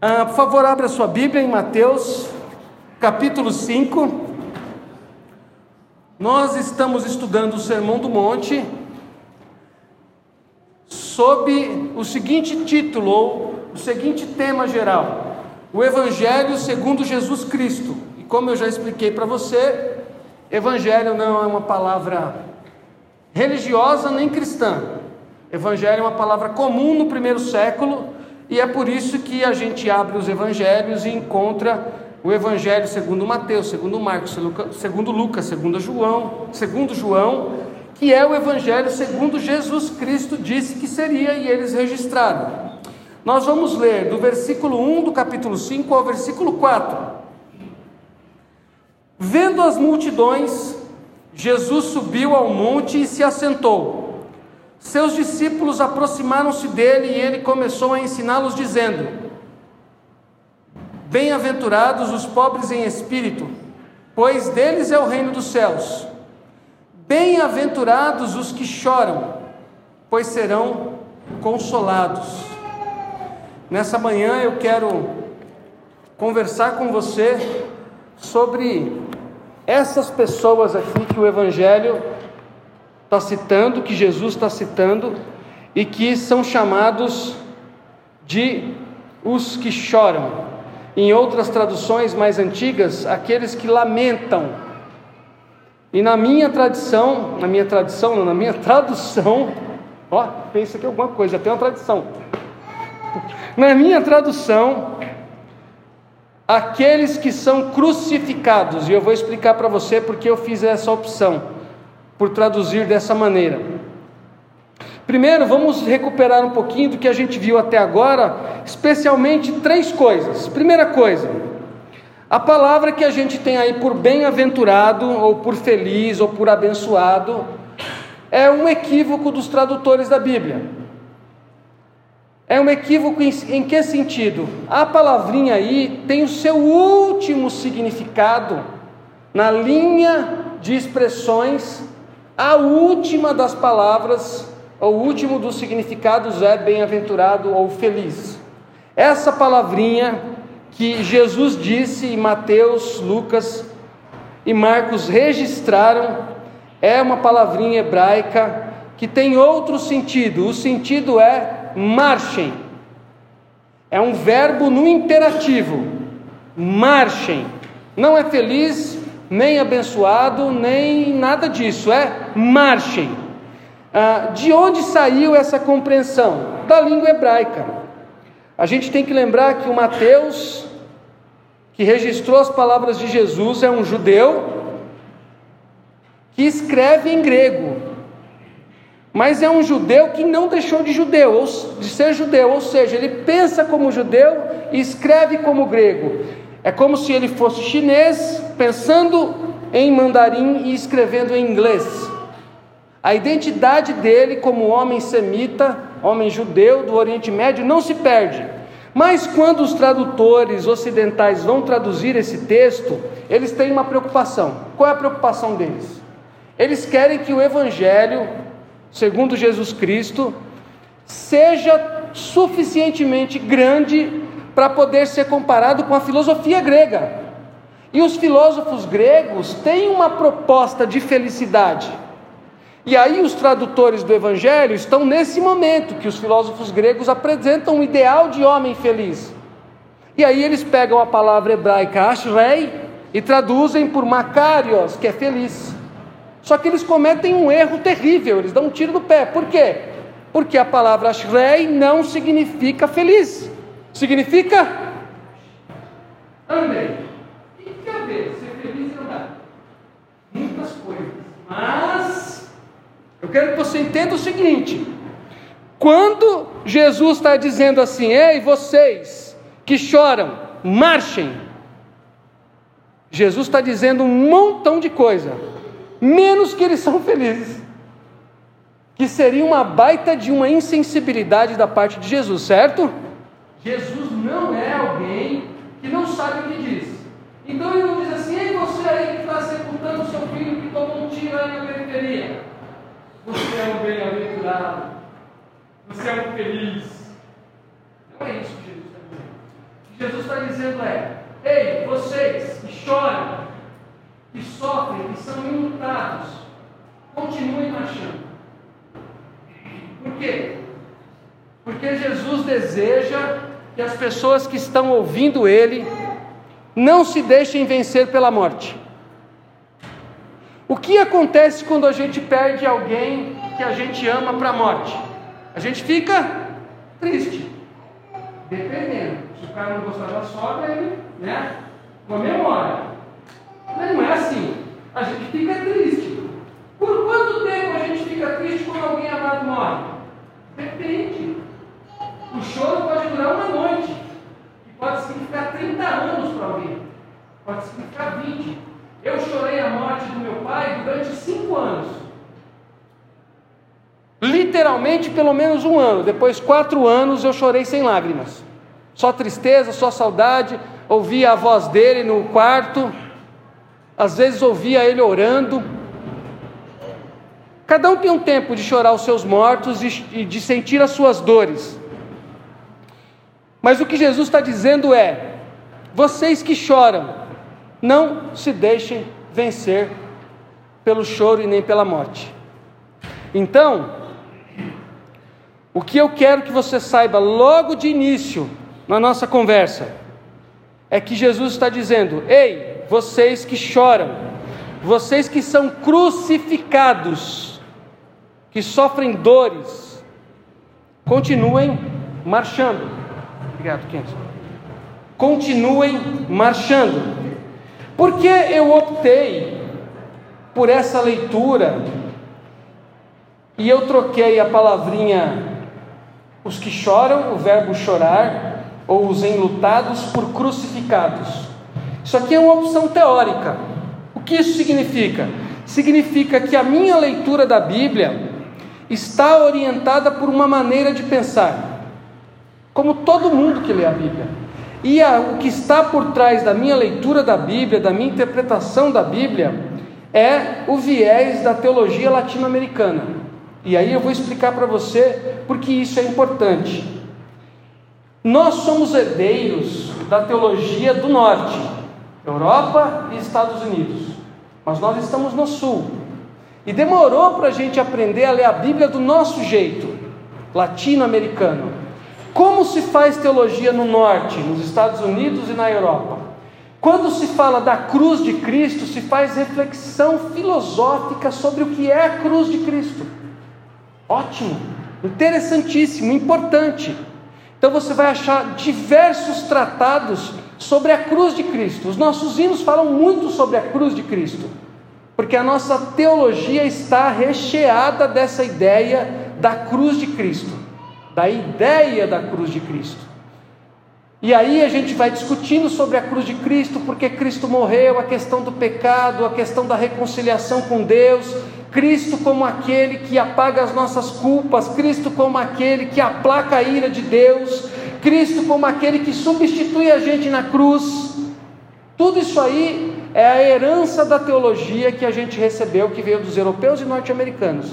Por favor, abra sua Bíblia em Mateus, capítulo 5. Nós estamos estudando o Sermão do Monte, sob o seguinte título, ou o seguinte tema geral: o Evangelho segundo Jesus Cristo. E como eu já expliquei para você, Evangelho não é uma palavra religiosa nem cristã. Evangelho é uma palavra comum no primeiro século, e é por isso que a gente abre os evangelhos e encontra o Evangelho segundo Mateus, segundo Marcos, segundo Lucas, segundo João, que é o Evangelho segundo Jesus Cristo disse que seria, e eles registraram. Nós vamos ler do versículo 1 do capítulo 5 ao versículo 4. Vendo as multidões, Jesus subiu ao monte e se assentou. Seus discípulos aproximaram-se dele e ele começou a ensiná-los, dizendo: Bem-aventurados os pobres em espírito, pois deles é o reino dos céus. Bem-aventurados os que choram, pois serão consolados. Nessa manhã eu quero conversar com você sobre essas pessoas aqui que o Evangelho está citando, que Jesus está citando, e que são chamados de os que choram. Em outras traduções mais antigas, aqueles que lamentam. E na minha tradução, pensa que é alguma coisa, tem uma tradição. Na minha tradução, aqueles que são crucificados, e eu vou explicar para você porque eu fiz essa opção, por traduzir dessa maneira. Primeiro, vamos recuperar um pouquinho do que a gente viu até agora, especialmente três coisas. Primeira coisa, a palavra que a gente tem aí por bem-aventurado, ou por feliz, ou por abençoado, é um equívoco dos tradutores da Bíblia. É um equívoco em que sentido? A palavrinha aí tem o seu último significado na linha de expressões. A última das palavras, o último dos significados é bem-aventurado ou feliz. Essa palavrinha que Jesus disse e Mateus, Lucas e Marcos registraram é uma palavrinha hebraica que tem outro sentido. O sentido é marchem. É um verbo no imperativo. Marchem. Não é feliz, nem abençoado, nem nada disso, é marchem. De onde saiu essa compreensão? Da língua hebraica. A gente tem que lembrar que o Mateus, que registrou as palavras de Jesus, é um judeu que escreve em grego, mas é um judeu que não deixou de ser judeu, ou seja, ele pensa como judeu e escreve como grego. É como se ele fosse chinês, pensando em mandarim e escrevendo em inglês. A identidade dele como homem semita, homem judeu do Oriente Médio, não se perde. Mas quando os tradutores ocidentais vão traduzir esse texto, eles têm uma preocupação. Qual é a preocupação deles? Eles querem que o Evangelho, segundo Jesus Cristo, seja suficientemente grande para poder ser comparado com a filosofia grega. E os filósofos gregos têm uma proposta de felicidade. E aí os tradutores do Evangelho estão nesse momento que os filósofos gregos apresentam um ideal de homem feliz. E aí eles pegam a palavra hebraica ashrei e traduzem por makarios, que é feliz. Só que eles cometem um erro terrível, eles dão um tiro no pé. Por quê? Porque a palavra ashrei não significa feliz. Significa andei. O que tem a ver ser feliz e andar? Muitas coisas. Mas eu quero que você entenda o seguinte: quando Jesus está dizendo assim, ei, vocês que choram, marchem, Jesus está dizendo um montão de coisa, menos que eles são felizes, que seria uma baita de uma insensibilidade da parte de Jesus, certo? Jesus não é alguém que não sabe o que diz. Então ele não diz assim, ei, você aí que está sepultando o seu filho que tomou um tiro aí na periferia, você é um bem-aventurado, você é um feliz. Não é isso que Jesus está dizendo. O que Jesus está dizendo ei, vocês que choram, que sofrem, que são enlutados, continuem marchando. Por quê? Porque Jesus deseja que as pessoas que estão ouvindo Ele não se deixem vencer pela morte. O que acontece quando a gente perde alguém que a gente ama para a morte? A gente fica triste. Dependendo. Se o cara não gostar da sogra, ele, comemora. Mas não é assim. A gente fica triste. Por quanto tempo a gente fica triste quando alguém amado morre? Depende. O choro pode durar uma noite. E pode significar 30 anos para alguém. Pode significar 20. Eu chorei a morte do meu pai durante 5 anos. Literalmente pelo menos 1 ano. Depois 4 anos eu chorei sem lágrimas. Só tristeza, só saudade. Ouvia a voz dele no quarto. Às vezes ouvia ele orando. Cada um tem um tempo de chorar os seus mortos e de sentir as suas dores. Mas o que Jesus está dizendo vocês que choram, não se deixem vencer pelo choro e nem pela morte. Então, o que eu quero que você saiba logo de início na nossa conversa é que Jesus está dizendo: ei, vocês que choram, vocês que são crucificados, que sofrem dores, continuem marchando. Obrigado, Kenzo. Continuem marchando. Por que eu optei por essa leitura e eu troquei a palavrinha os que choram, o verbo chorar, ou os enlutados, por crucificados? Isso aqui é uma opção teórica. O que isso significa? Significa que a minha leitura da Bíblia está orientada por uma maneira de pensar, como todo mundo que lê a Bíblia. E o que está por trás da minha leitura da Bíblia, da minha interpretação da Bíblia, é o viés da teologia latino-americana. E aí eu vou explicar para você porque isso é importante. Nós somos herdeiros da teologia do norte, Europa e Estados Unidos, mas nós estamos no sul. E demorou para a gente aprender a ler a Bíblia do nosso jeito, latino-americano. Como se faz teologia no norte, nos Estados Unidos e na Europa? Quando se fala da cruz de Cristo, se faz reflexão filosófica sobre o que é a cruz de Cristo. Ótimo, interessantíssimo, importante. Então você vai achar diversos tratados sobre a cruz de Cristo. Os nossos hinos falam muito sobre a cruz de Cristo, porque a nossa teologia está recheada dessa ideia da cruz de Cristo, da ideia da cruz de Cristo. E aí a gente vai discutindo sobre a cruz de Cristo, porque Cristo morreu, a questão do pecado, a questão da reconciliação com Deus, Cristo como aquele que apaga as nossas culpas, Cristo como aquele que aplaca a ira de Deus, Cristo como aquele que substitui a gente na cruz. Tudo isso aí é a herança da teologia que a gente recebeu, que veio dos europeus e norte-americanos.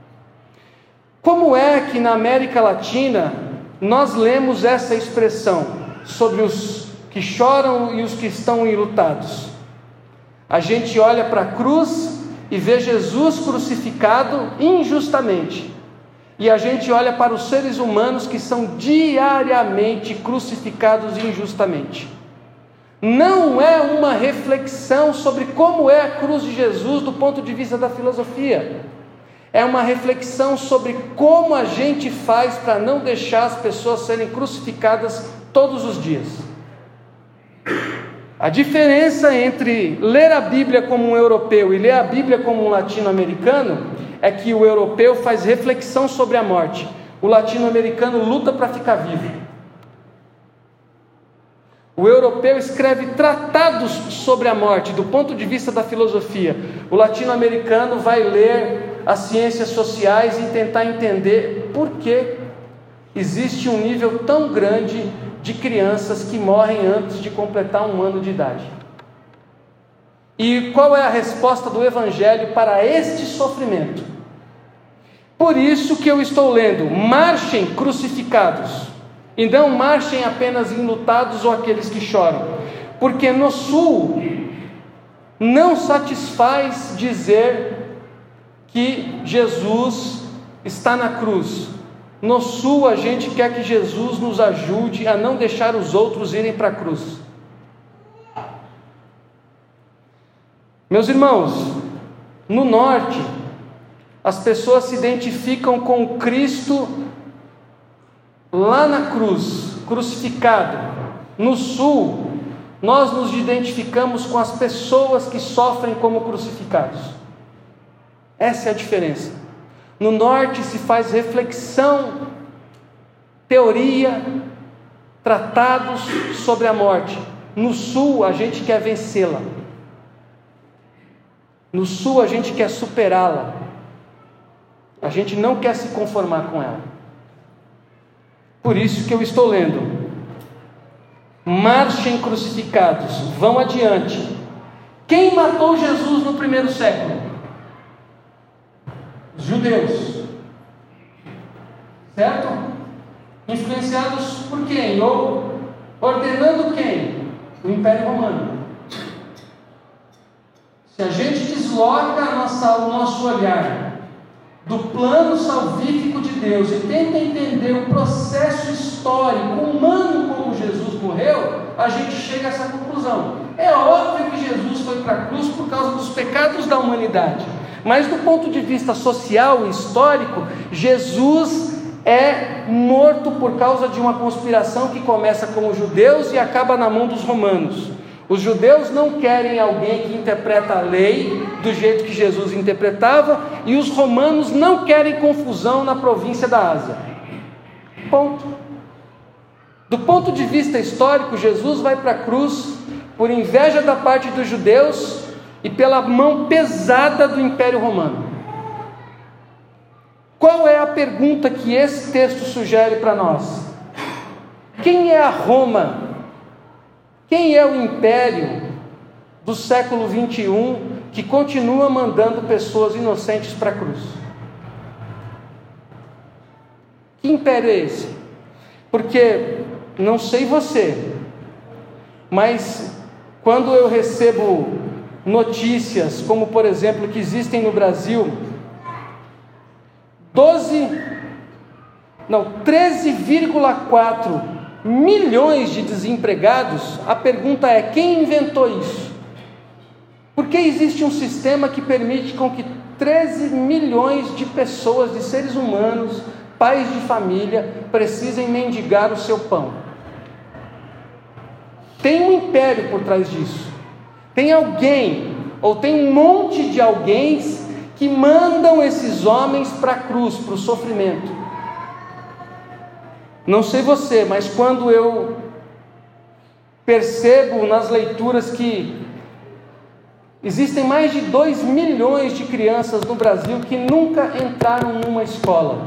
Como é que na América Latina nós lemos essa expressão sobre os que choram e os que estão enlutados? A gente olha para a cruz e vê Jesus crucificado injustamente, e a gente olha para os seres humanos que são diariamente crucificados injustamente. Não é uma reflexão sobre como é a cruz de Jesus do ponto de vista da filosofia. É uma reflexão sobre como a gente faz para não deixar as pessoas serem crucificadas todos os dias. A diferença entre ler a Bíblia como um europeu e ler a Bíblia como um latino-americano é que o europeu faz reflexão sobre a morte, o latino-americano luta para ficar vivo. O europeu escreve tratados sobre a morte do ponto de vista da filosofia. O latino-americano vai ler as ciências sociais e tentar entender por que existe um nível tão grande de crianças que morrem antes de completar 1 ano de idade. E qual é a resposta do Evangelho para este sofrimento? Por isso que eu estou lendo: marchem crucificados. e não marchem apenas enlutados ou aqueles que choram, porque no sul não satisfaz dizer que Jesus está na cruz. No sul a gente quer que Jesus nos ajude a não deixar os outros irem para a cruz. Meus irmãos, no norte as pessoas se identificam com Cristo lá na cruz, crucificado. No sul, nós nos identificamos com as pessoas que sofrem como crucificados. Essa é a diferença. No norte se faz reflexão, teoria, tratados sobre a morte. No sul a gente quer vencê-la. No sul a gente quer superá-la. A gente não quer se conformar com ela. Por isso que eu estou lendo: marchem crucificados, vão adiante. Quem matou Jesus no primeiro século? Os judeus, certo? Influenciados por quem? Ou ordenando quem? O Império Romano. Se a gente desloca o nosso olhar do plano salvífico de Deus e tenta entender o processo histórico humano como Jesus morreu, a gente chega a essa conclusão. É óbvio que Jesus foi para a cruz por causa dos pecados da humanidade, mas do ponto de vista social e histórico, Jesus é morto por causa de uma conspiração que começa com os judeus e acaba na mão dos romanos. Os judeus não querem alguém que interpreta a lei do jeito que Jesus interpretava, e os romanos não querem confusão na província da Ásia. Ponto. Do ponto de vista histórico, Jesus vai para a cruz por inveja da parte dos judeus e pela mão pesada do Império Romano. Qual é a pergunta que esse texto sugere para nós? Quem é a Roma? Quem é o império do século 21 que continua mandando pessoas inocentes para a cruz? Que império é esse? Porque, não sei você, mas quando eu recebo notícias, como por exemplo, que existem no Brasil 13,4 milhões de desempregados, a pergunta é: quem inventou isso? Por que existe um sistema que permite com que 13 milhões de pessoas, de seres humanos, pais de família, precisem mendigar o seu pão? Tem um império por trás disso. Tem alguém, ou tem um monte de alguém que mandam esses homens para a cruz, para o sofrimento. Não sei você, mas quando eu percebo nas leituras que existem mais de 2 milhões de crianças no Brasil que nunca entraram numa escola,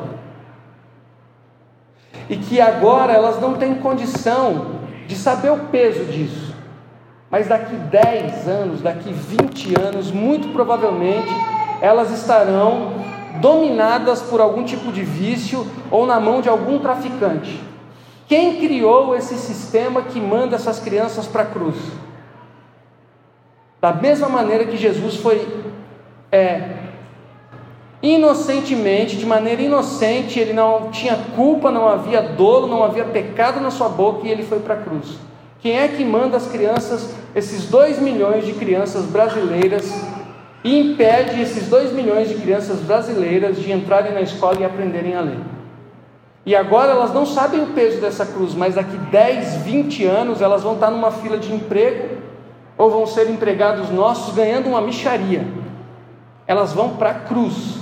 e que agora elas não têm condição de saber o peso disso, mas daqui 10 anos, daqui 20 anos, muito provavelmente elas estarão dominadas por algum tipo de vício ou na mão de algum traficante. Quem criou esse sistema que manda essas crianças para a cruz? Da mesma maneira que Jesus foi inocentemente, de maneira inocente, ele não tinha culpa, não havia dolo, não havia pecado na sua boca, e ele foi para a cruz. Quem é que manda as crianças, esses 2 milhões de crianças brasileiras, e impede esses 2 milhões de crianças brasileiras de entrarem na escola e aprenderem a ler? E agora elas não sabem o peso dessa cruz, mas daqui 10, 20 anos elas vão estar numa fila de emprego, ou vão ser empregados nossos ganhando uma mixaria. Elas vão para a cruz.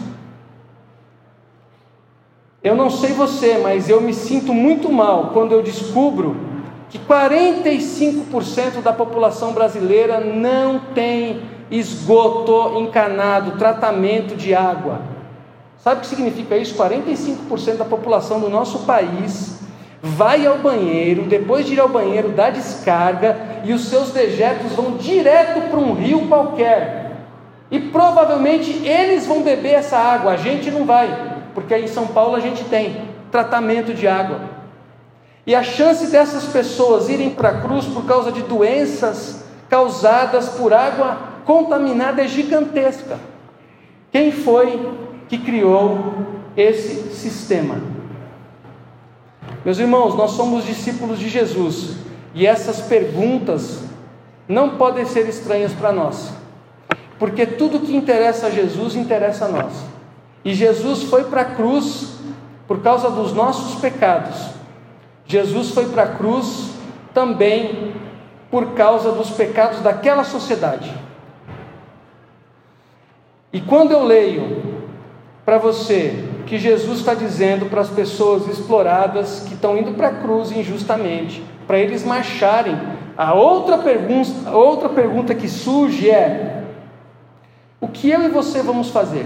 Eu não sei você, mas eu me sinto muito mal quando eu descubro que 45% da população brasileira não tem esgoto encanado, tratamento de água. Sabe o que significa isso? 45% da população do nosso país vai ao banheiro, depois de ir ao banheiro dá descarga, e os seus dejetos vão direto para um rio qualquer, e provavelmente eles vão beber essa água, a gente não vai, porque aí em São Paulo a gente tem tratamento de água. E a chance dessas pessoas irem para a cruz por causa de doenças causadas por água contaminada é gigantesca. Quem foi que criou esse sistema? Meus irmãos, nós somos discípulos de Jesus, e essas perguntas não podem ser estranhas para nós, porque tudo que interessa a Jesus interessa a nós. E Jesus foi para a cruz por causa dos nossos pecados. Jesus foi para a cruz também por causa dos pecados daquela sociedade. E quando eu leio para você que Jesus está dizendo para as pessoas exploradas que estão indo para a cruz injustamente, para eles marcharem, a outra pergunta que surge é: o que eu e você vamos fazer?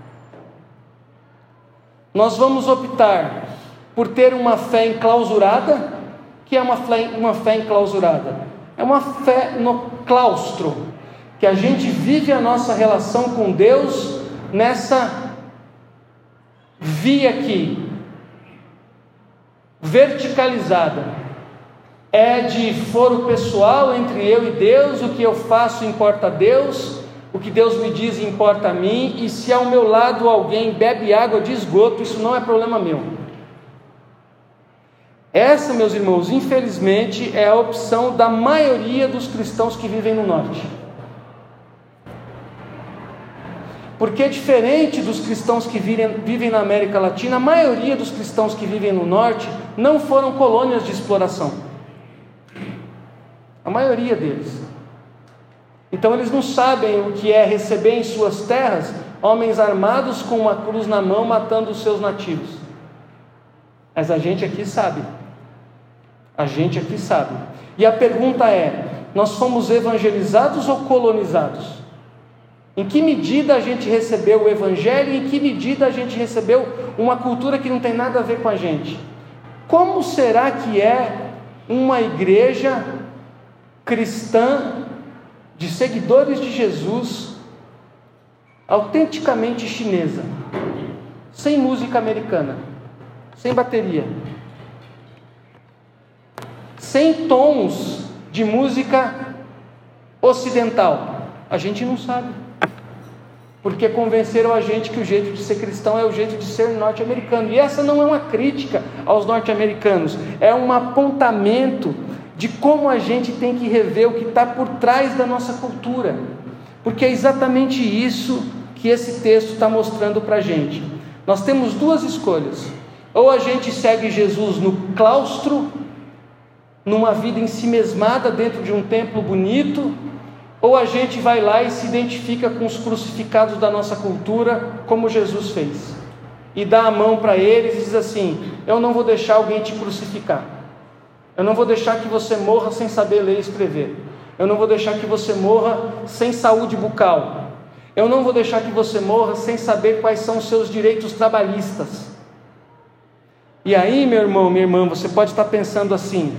Nós vamos optar por ter uma fé enclausurada? O que é uma fé enclausurada? É uma fé no claustro, que a gente vive a nossa relação com Deus nessa via aqui, verticalizada. É de foro pessoal entre eu e Deus, o que eu faço importa a Deus, o que Deus me diz importa a mim, e se ao meu lado alguém bebe água de esgoto, isso não é problema meu. Essa, meus irmãos, infelizmente é a opção da maioria dos cristãos que vivem no norte. Porque diferente dos cristãos que vivem na América Latina, a maioria dos cristãos que vivem no norte não foram colônias de exploração. A maioria deles. Então eles não sabem o que é receber em suas terras homens armados com uma cruz na mão matando os seus nativos. Mas a gente aqui sabe. A gente aqui sabe. E a pergunta é: nós fomos evangelizados ou colonizados? Em que medida a gente recebeu o Evangelho e em que medida a gente recebeu uma cultura que não tem nada a ver com a gente? Como será que é uma igreja cristã de seguidores de Jesus, autenticamente chinesa, sem música americana, sem bateria, sem tons de música ocidental? A gente não sabe, porque convenceram a gente que o jeito de ser cristão é o jeito de ser norte-americano. E essa não é uma crítica aos norte-americanos, é um apontamento de como a gente tem que rever o que está por trás da nossa cultura, porque é exatamente isso que esse texto está mostrando para a gente. Nós temos duas escolhas: ou a gente segue Jesus no claustro, numa vida ensimesmada dentro de um templo bonito, ou a gente vai lá e se identifica com os crucificados da nossa cultura, como Jesus fez, e dá a mão para eles e diz assim: eu não vou deixar alguém te crucificar, eu não vou deixar que você morra sem saber ler e escrever, eu não vou deixar que você morra sem saúde bucal, eu não vou deixar que você morra sem saber quais são os seus direitos trabalhistas. E aí, meu irmão, minha irmã, você pode estar pensando assim: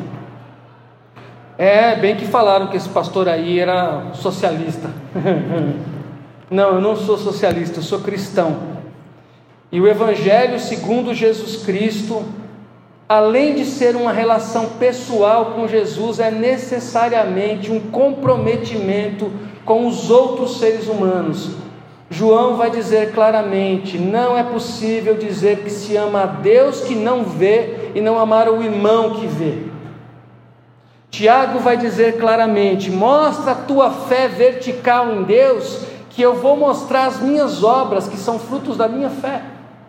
bem que falaram que esse pastor aí era socialista. Não, eu não sou socialista, eu sou cristão. E o Evangelho segundo Jesus Cristo, além de ser uma relação pessoal com Jesus, é necessariamente um comprometimento com os outros seres humanos. João vai dizer claramente: não é possível dizer que se ama a Deus que não vê e não amar o irmão que vê. Tiago vai dizer claramente: mostra a tua fé vertical em Deus, que eu vou mostrar as minhas obras, que são frutos da minha fé.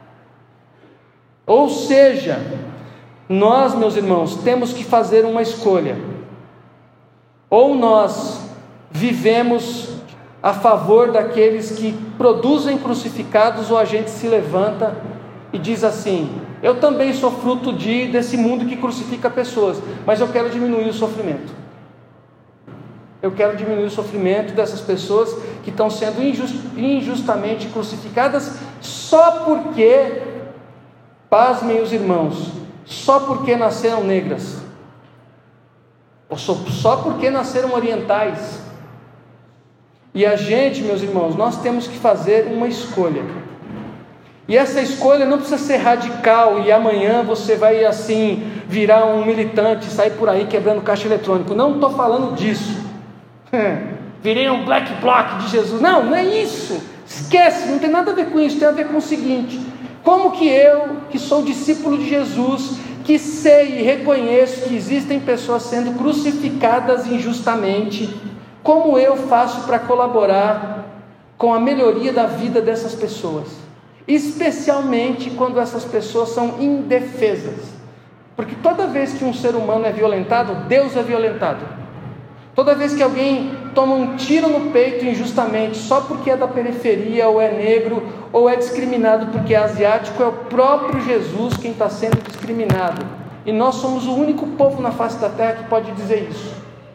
Ou seja, nós, meus irmãos, temos que fazer uma escolha: ou nós vivemos a favor daqueles que produzem crucificados, ou a gente se levanta e diz assim: eu também sou fruto desse mundo que crucifica pessoas, mas eu quero diminuir o sofrimento. Eu quero diminuir o sofrimento dessas pessoas que estão sendo injustamente crucificadas, só porque, pasmem os irmãos, só porque nasceram negras, ou só porque nasceram orientais. E a gente, meus irmãos, nós temos que fazer uma escolha. E essa escolha não precisa ser radical e amanhã você vai assim virar um militante, sair por aí quebrando caixa eletrônico. Não estou falando disso. Virei um black bloc de Jesus. Não, não é isso. Esquece, não tem nada a ver com isso. Tem a ver com o seguinte: como que eu, que sou discípulo de Jesus, que sei e reconheço que existem pessoas sendo crucificadas injustamente, como eu faço para colaborar com a melhoria da vida dessas pessoas? Especialmente quando essas pessoas são indefesas, porque toda vez que um ser humano é violentado, Deus é violentado. Toda vez que alguém toma um tiro no peito injustamente, só porque é da periferia, ou é negro, ou é discriminado porque é asiático, é o próprio Jesus quem está sendo discriminado, e nós somos o único povo na face da terra que pode dizer isso.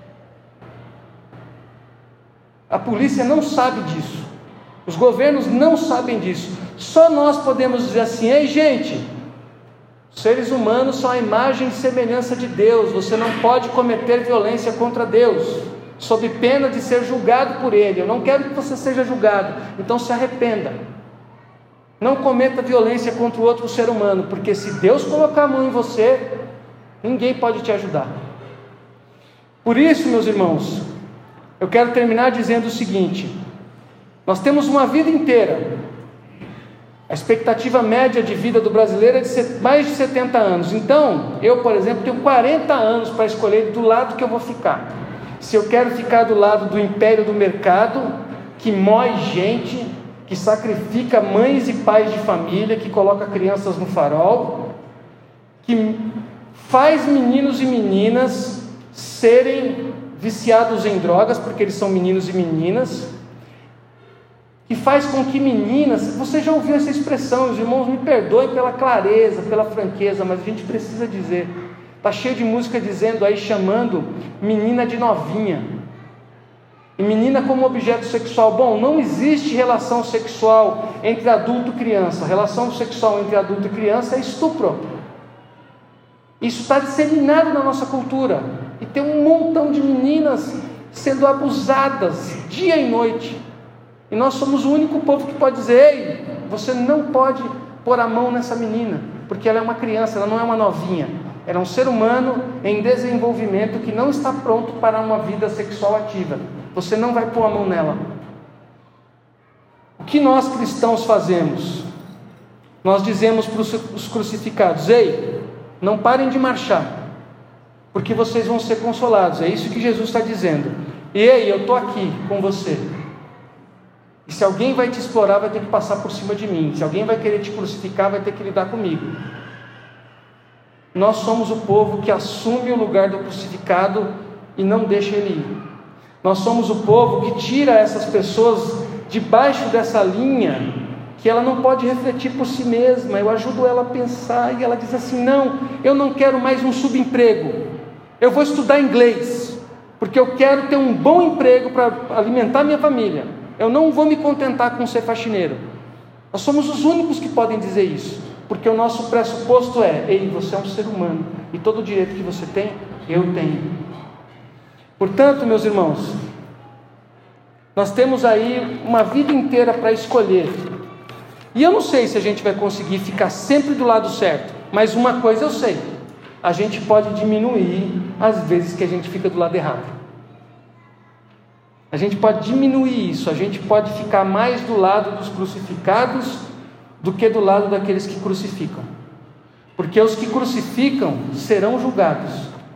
A polícia não sabe disso, os governos não sabem disso. Só nós podemos dizer assim: ei gente, seres humanos são a imagem e semelhança de Deus, você não pode cometer violência contra Deus, sob pena de ser julgado por Ele. Eu não quero que você seja julgado, então se arrependa. Não cometa violência contra o outro ser humano, porque se Deus colocar a mão em você, ninguém pode te ajudar. Por isso, meus irmãos, eu quero terminar dizendo o seguinte: nós temos uma vida inteira. A expectativa média de vida do brasileiro é de mais de 70 anos. Então, eu, por exemplo, tenho 40 anos para escolher do lado que eu vou ficar. Se eu quero ficar do lado do império do mercado, que mói gente, que sacrifica mães e pais de família, que coloca crianças no farol, que faz meninos e meninas serem viciados em drogas, porque eles são meninos e meninas, que faz com que meninas... Você já ouviu essa expressão, os irmãos me perdoem pela clareza, pela franqueza, mas a gente precisa dizer. Está cheio de música dizendo aí, chamando menina de novinha, e menina como objeto sexual. Bom, não existe relação sexual entre adulto e criança. Relação sexual entre adulto e criança é estupro. Isso está disseminado na nossa cultura, e tem um montão de meninas sendo abusadas dia e noite. E nós somos o único povo que pode dizer: ei, você não pode pôr a mão nessa menina, porque ela é uma criança, ela não é uma novinha. Ela é um ser humano em desenvolvimento que não está pronto para uma vida sexual ativa. Você não vai pôr a mão nela. O que nós cristãos fazemos? Nós dizemos para os crucificados: ei, não parem de marchar, porque vocês vão ser consolados. É isso que Jesus está dizendo. E ei, eu estou aqui com você. E se alguém vai te explorar, vai ter que passar por cima de mim. Se alguém vai querer te crucificar, vai ter que lidar comigo. Nós somos o povo que assume o lugar do crucificado e não deixa ele ir. Nós somos o povo que tira essas pessoas debaixo dessa linha, que ela não pode refletir por si mesma. Eu ajudo ela a pensar, e ela diz assim: não, eu não quero mais um subemprego, eu vou estudar inglês, porque eu quero ter um bom emprego para alimentar minha família. Eu não vou me contentar com ser faxineiro. Nós somos os únicos que podem dizer isso, porque o nosso pressuposto é: ei, você é um ser humano, e todo o direito que você tem, eu tenho. Portanto, meus irmãos, nós temos aí uma vida inteira para escolher, e eu não sei se a gente vai conseguir ficar sempre do lado certo, mas uma coisa eu sei: a gente pode diminuir as vezes que a gente fica do lado errado. A gente pode diminuir isso, a gente pode ficar mais do lado dos crucificados do que do lado daqueles que crucificam, porque os que crucificam serão julgados.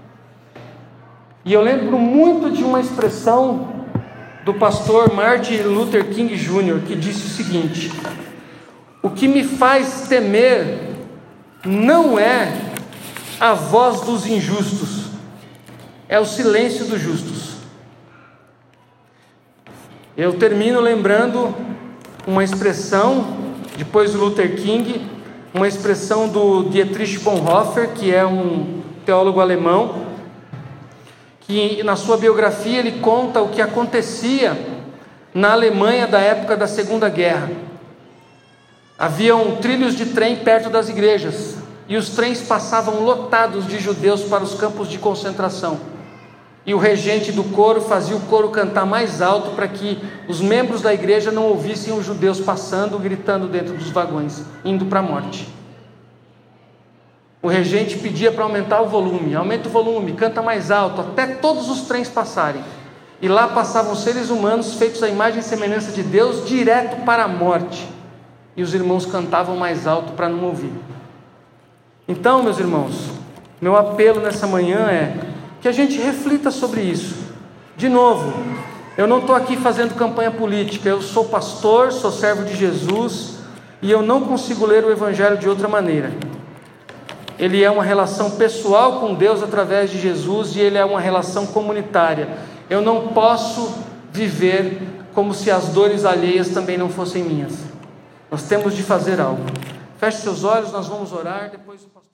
E eu lembro muito de uma expressão do pastor Martin Luther King Jr., que disse o seguinte: o que me faz temer não é a voz dos injustos, é o silêncio dos justos. Eu termino lembrando uma expressão, depois do Luther King, uma expressão do Dietrich Bonhoeffer, que é um teólogo alemão, que na sua biografia ele conta o que acontecia na Alemanha da época da Segunda Guerra. Haviam trilhos de trem perto das igrejas, e os trens passavam lotados de judeus para os campos de concentração. e o regente do coro fazia o coro cantar mais alto para que os membros da igreja não ouvissem os judeus passando, gritando dentro dos vagões, indo para a morte. O regente pedia para aumentar o volume, aumenta o volume, canta mais alto, até todos os trens passarem. E lá passavam seres humanos feitos à imagem e semelhança de Deus, direto para a morte. E os irmãos cantavam mais alto para não ouvir. Então, meus irmãos, meu apelo nessa manhã é que a gente reflita sobre isso. De novo, eu não estou aqui fazendo campanha política, eu sou pastor, sou servo de Jesus, e eu não consigo ler o Evangelho de outra maneira. Ele é uma relação pessoal com Deus através de Jesus, e ele é uma relação comunitária. Eu não posso viver como se as dores alheias também não fossem minhas. Nós temos de fazer algo. Feche seus olhos, nós vamos orar, depois o pastor...